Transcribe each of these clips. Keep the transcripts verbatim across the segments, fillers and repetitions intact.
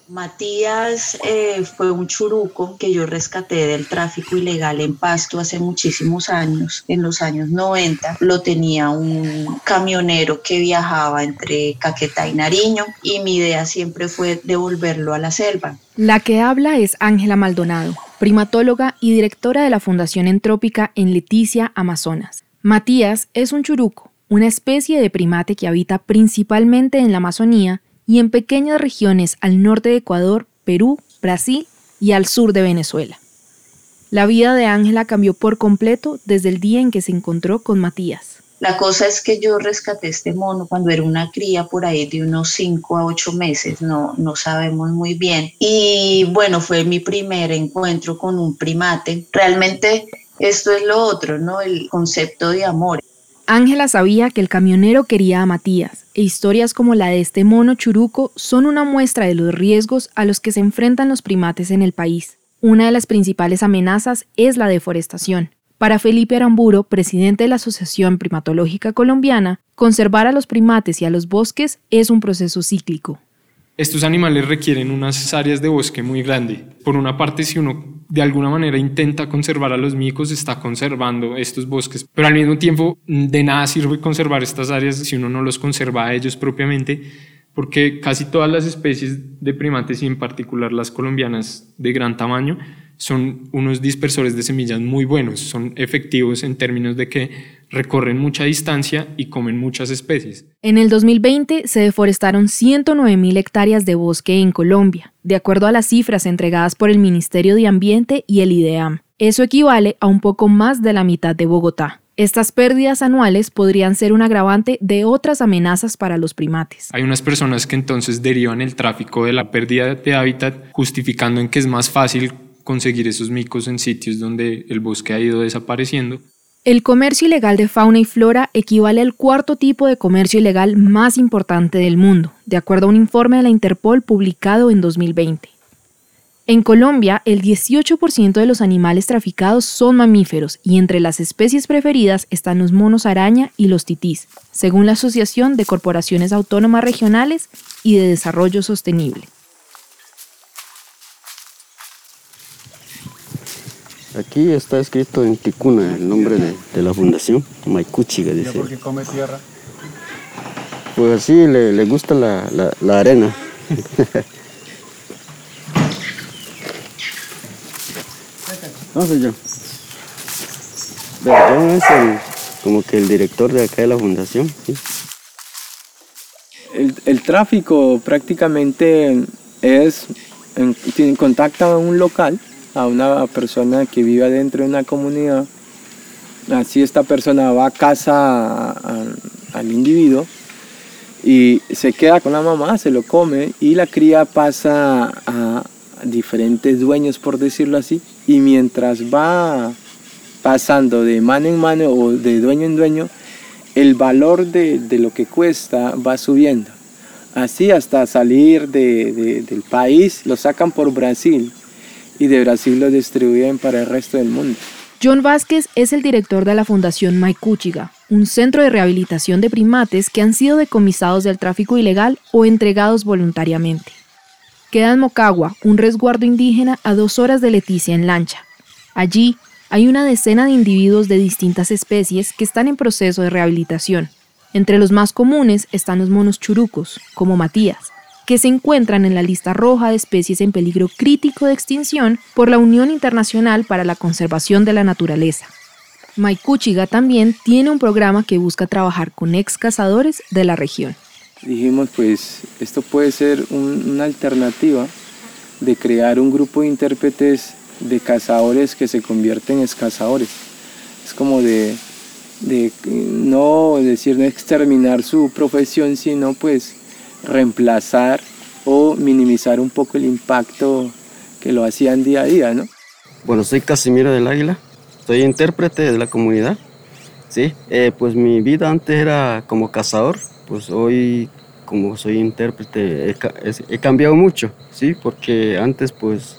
Matías eh, fue un churuco que yo rescaté del tráfico ilegal en Pasto hace muchísimos años, en los años noventa. Lo tenía un camionero que viajaba entre Caquetá y Nariño y mi idea siempre fue devolverlo a la selva. La que habla es Ángela Maldonado, primatóloga y directora de la Fundación Entrópica en Leticia, Amazonas. Matías es un churuco, una especie de primate que habita principalmente en la Amazonía y en pequeñas regiones al norte de Ecuador, Perú, Brasil y al sur de Venezuela. La vida de Ángela cambió por completo desde el día en que se encontró con Matías. La cosa es que yo rescaté este mono cuando era una cría por ahí de unos cinco a ocho meses, no, no sabemos muy bien. Y bueno, fue mi primer encuentro con un primate. Realmente esto es lo otro, ¿no? El concepto de amor. Ángela sabía que el camionero quería a Matías, e historias como la de este mono churuco son una muestra de los riesgos a los que se enfrentan los primates en el país. Una de las principales amenazas es la deforestación. Para Felipe Aramburo, presidente de la Asociación Primatológica Colombiana, conservar a los primates y a los bosques es un proceso cíclico. Estos animales requieren unas áreas de bosque muy grandes. Por una parte, si uno de alguna manera intenta conservar a los micos, está conservando estos bosques, pero al mismo tiempo de nada sirve conservar estas áreas si uno no los conserva a ellos propiamente, porque casi todas las especies de primates y en particular las colombianas de gran tamaño son unos dispersores de semillas muy buenos, son efectivos en términos de que recorren mucha distancia y comen muchas especies. En el dos mil veinte se deforestaron ciento nueve mil hectáreas de bosque en Colombia, de acuerdo a las cifras entregadas por el Ministerio de Ambiente y el IDEAM. Eso equivale a un poco más de la mitad de Bogotá. Estas pérdidas anuales podrían ser un agravante de otras amenazas para los primates. Hay unas personas que entonces derivan el tráfico de la pérdida de hábitat justificando en que es más fácil conseguir esos micos en sitios donde el bosque ha ido desapareciendo. El comercio ilegal de fauna y flora equivale al cuarto tipo de comercio ilegal más importante del mundo, de acuerdo a un informe de la Interpol publicado en dos mil veinte. En Colombia, el dieciocho por ciento de los animales traficados son mamíferos y entre las especies preferidas están los monos araña y los titís, según la Asociación de Corporaciones Autónomas Regionales y de Desarrollo Sostenible. Aquí está escrito en ticuna el nombre de, de la fundación, Maycúchiga, dice. ¿Por qué come tierra? Pues así le, le gusta la, la, la arena. No soy yo. Yo es el, como que el director de acá de la fundación. ¿Sí? El, el tráfico prácticamente es, en, tiene, contacta a un local, a una persona que vive dentro de una comunidad. Así esta persona va a casa a, a, al individuo y se queda con la mamá, se lo come y la cría pasa a diferentes dueños, por decirlo así, y mientras va pasando de mano en mano o de dueño en dueño, el valor de, de lo que cuesta va subiendo. Así hasta salir de, de, del país, lo sacan por Brasil y de Brasil lo distribuyen para el resto del mundo. John Vázquez es el director de la Fundación Maycúchiga, un centro de rehabilitación de primates que han sido decomisados del tráfico ilegal o entregados voluntariamente. Queda en Mocagua, un resguardo indígena a dos horas de Leticia en lancha. Allí hay una decena de individuos de distintas especies que están en proceso de rehabilitación. Entre los más comunes están los monos churucos, como Matías, que se encuentran en la lista roja de especies en peligro crítico de extinción por la Unión Internacional para la Conservación de la Naturaleza. Maycúchiga también tiene un programa que busca trabajar con ex cazadores de la región. Dijimos, pues, esto puede ser un, una alternativa de crear un grupo de intérpretes de cazadores que se convierten en cazadores. Es como de, de no decir no exterminar su profesión, sino pues reemplazar o minimizar un poco el impacto que lo hacían día a día, ¿no? Bueno, soy Casimiro del Águila, soy intérprete de la comunidad, ¿sí? Eh, pues mi vida antes era como cazador, pues hoy como soy intérprete he, he, he cambiado mucho, ¿sí? Porque antes pues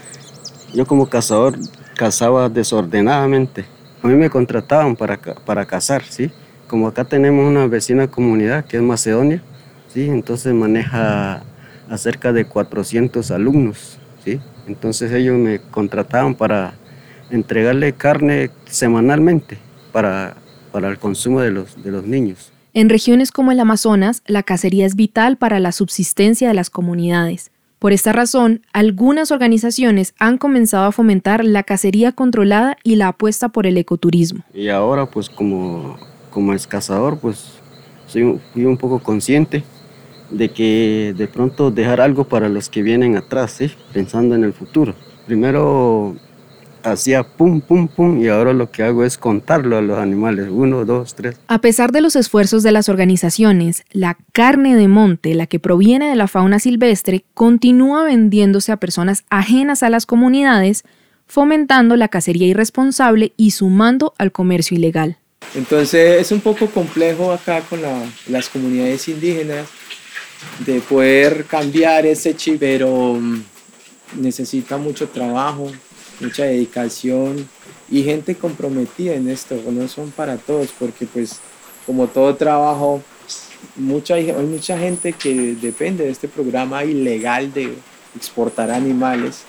yo como cazador cazaba desordenadamente, a mí me contrataban para, para cazar, ¿sí? Como acá tenemos una vecina comunidad que es Macedonia, ¿sí? Entonces maneja a cerca de cuatrocientos alumnos, ¿sí? Entonces ellos me contrataban para entregarle carne semanalmente para, para el consumo de los, de los niños. En regiones como el Amazonas, la cacería es vital para la subsistencia de las comunidades. Por esta razón, algunas organizaciones han comenzado a fomentar la cacería controlada y la apuesta por el ecoturismo. Y ahora, pues como, como ex cazador, pues soy, fui un poco consciente de que de pronto dejar algo para los que vienen atrás, ¿sí? Pensando en el futuro. Primero hacía pum, pum, pum, y ahora lo que hago es contarlo a los animales, uno, dos, tres. A pesar de los esfuerzos de las organizaciones, la carne de monte, la que proviene de la fauna silvestre, continúa vendiéndose a personas ajenas a las comunidades, fomentando la cacería irresponsable y sumando al comercio ilegal. Entonces es un poco complejo acá con la, las comunidades indígenas de poder cambiar ese chip, pero necesita mucho trabajo, mucha dedicación y gente comprometida en esto. No son para todos, porque pues como todo trabajo, mucha, hay mucha gente que depende de este programa ilegal de exportar animales.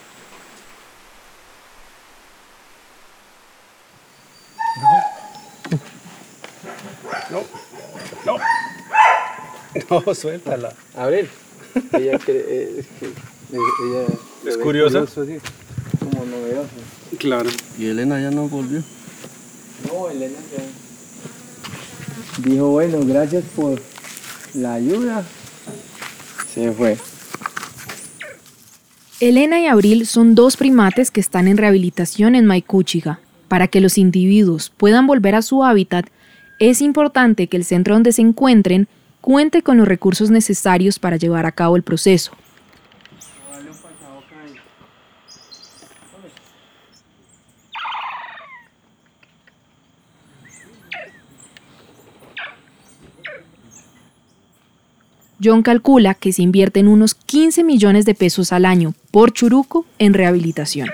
No, no, no, no, suéltala. Abril, ella, eh, ella es curiosa. Curioso, sí. Como novedoso. Claro. ¿Y Elena ya no volvió? No, Elena ya dijo, bueno, gracias por la ayuda. Se fue. Elena y Abril son dos primates que están en rehabilitación en Maykúchiga. Para que los individuos puedan volver a su hábitat, es importante que el centro donde se encuentren cuente con los recursos necesarios para llevar a cabo el proceso. John calcula que se invierten unos quince millones de pesos al año por churuco en rehabilitación.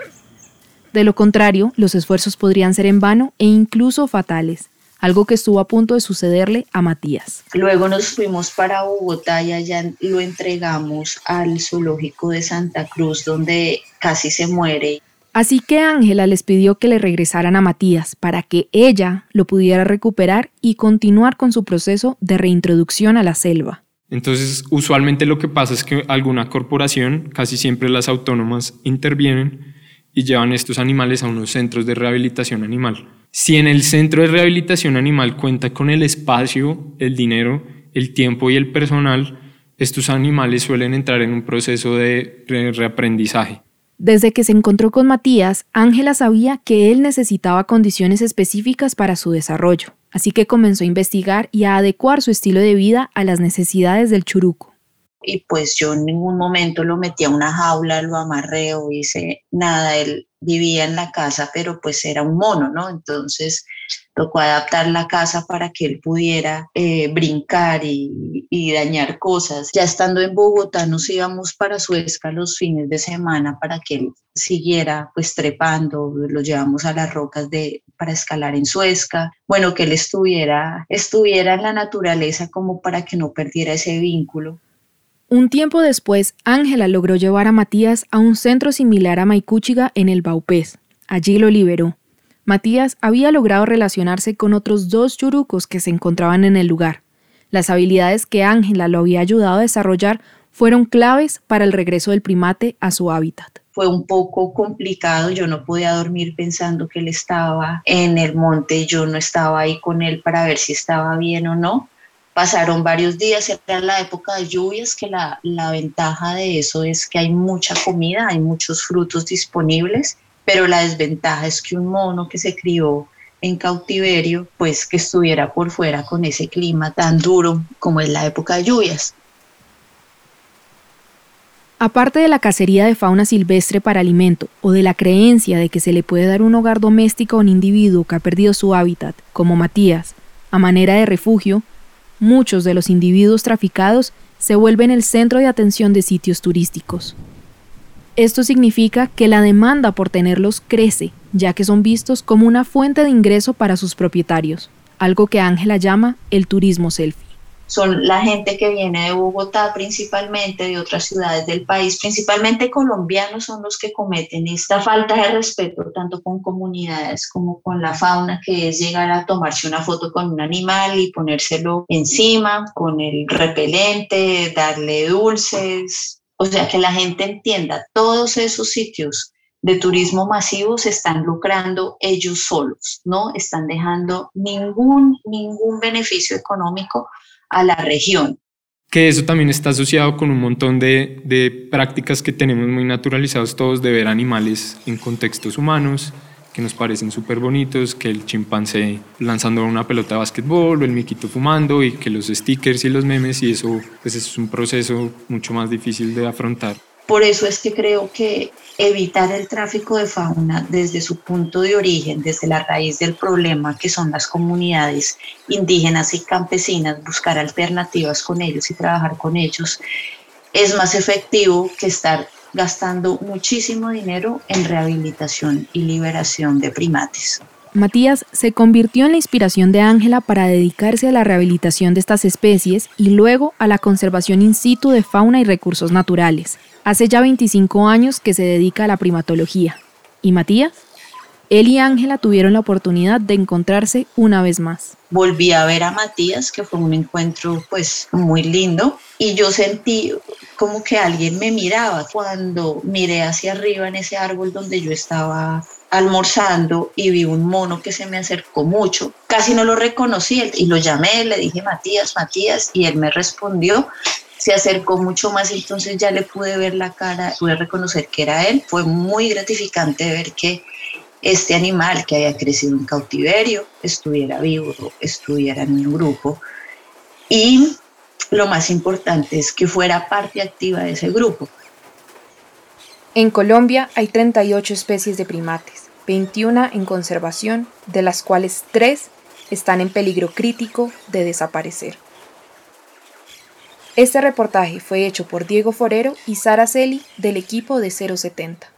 De lo contrario, los esfuerzos podrían ser en vano e incluso fatales, algo que estuvo a punto de sucederle a Matías. Luego nos fuimos para Bogotá y allá lo entregamos al zoológico de Santa Cruz, donde casi se muere. Así que Ángela les pidió que le regresaran a Matías para que ella lo pudiera recuperar y continuar con su proceso de reintroducción a la selva. Entonces, usualmente lo que pasa es que alguna corporación, casi siempre las autónomas, intervienen y llevan estos animales a unos centros de rehabilitación animal. Si en el centro de rehabilitación animal cuenta con el espacio, el dinero, el tiempo y el personal, estos animales suelen entrar en un proceso de re- reaprendizaje. Desde que se encontró con Matías, Ángela sabía que él necesitaba condiciones específicas para su desarrollo, así que comenzó a investigar y a adecuar su estilo de vida a las necesidades del churuco. Y pues yo en ningún momento lo metí a una jaula, lo amarré o hice nada. Él vivía en la casa, pero pues era un mono, ¿no? Entonces tocó adaptar la casa para que él pudiera eh, brincar y, y dañar cosas. Ya estando en Bogotá nos íbamos para Suezca los fines de semana para que él siguiera pues trepando. Lo llevamos a las rocas de, para escalar en Suezca. Bueno, que él estuviera, estuviera en la naturaleza como para que no perdiera ese vínculo. Un tiempo después, Ángela logró llevar a Matías a un centro similar a Maykúchiga en el Baupés. Allí lo liberó. Matías había logrado relacionarse con otros dos churucos que se encontraban en el lugar. Las habilidades que Ángela lo había ayudado a desarrollar fueron claves para el regreso del primate a su hábitat. Fue un poco complicado, yo no podía dormir pensando que él estaba en el monte, yo no estaba ahí con él para ver si estaba bien o no. Pasaron varios días, era la época de lluvias, que la, la ventaja de eso es que hay mucha comida, hay muchos frutos disponibles, pero la desventaja es que un mono que se crió en cautiverio, pues que estuviera por fuera con ese clima tan duro como es la época de lluvias. Aparte de la cacería de fauna silvestre para alimento o de la creencia de que se le puede dar un hogar doméstico a un individuo que ha perdido su hábitat, como Matías, a manera de refugio, muchos de los individuos traficados se vuelven el centro de atención de sitios turísticos. Esto significa que la demanda por tenerlos crece, ya que son vistos como una fuente de ingreso para sus propietarios, algo que Ángela llama el turismo selfie. son la gente que viene de Bogotá principalmente, de otras ciudades del país, principalmente colombianos son los que cometen esta falta de respeto tanto con comunidades como con la fauna, que es llegar a tomarse una foto con un animal y ponérselo encima con el repelente, darle dulces, o sea, que la gente entienda, todos esos sitios de turismo masivo se están lucrando ellos solos, no están dejando ningún, ningún beneficio económico a la región. Que eso también está asociado con un montón de, de prácticas que tenemos muy naturalizados todos de ver animales en contextos humanos, que nos parecen súper bonitos, que el chimpancé lanzando una pelota de básquetbol o el miquito fumando y que los stickers y los memes, y eso pues es un proceso mucho más difícil de afrontar. Por eso es que creo que evitar el tráfico de fauna desde su punto de origen, desde la raíz del problema que son las comunidades indígenas y campesinas, buscar alternativas con ellos y trabajar con ellos, es más efectivo que estar gastando muchísimo dinero en rehabilitación y liberación de primates. Matías se convirtió en la inspiración de Ángela para dedicarse a la rehabilitación de estas especies y luego a la conservación in situ de fauna y recursos naturales. Hace ya veinticinco años que se dedica a la primatología. ¿Y Matías? Él y Ángela tuvieron la oportunidad de encontrarse una vez más. Volví a ver a Matías, que fue un encuentro pues muy lindo, y yo sentí como que alguien me miraba cuando miré hacia arriba en ese árbol donde yo estaba almorzando y vi un mono que se me acercó mucho. Casi no lo reconocí y lo llamé, le dije Matías, Matías, y él me respondió. Se acercó mucho más y entonces ya le pude ver la cara, pude reconocer que era él. Fue muy gratificante ver que este animal que había crecido en cautiverio estuviera vivo, estuviera en un grupo. Y lo más importante es que fuera parte activa de ese grupo. En Colombia hay treinta y ocho especies de primates, veintiuna en conservación, de las cuales tres están en peligro crítico de desaparecer. Este reportaje fue hecho por Diego Forero y Sara Celi del equipo de cero setenta.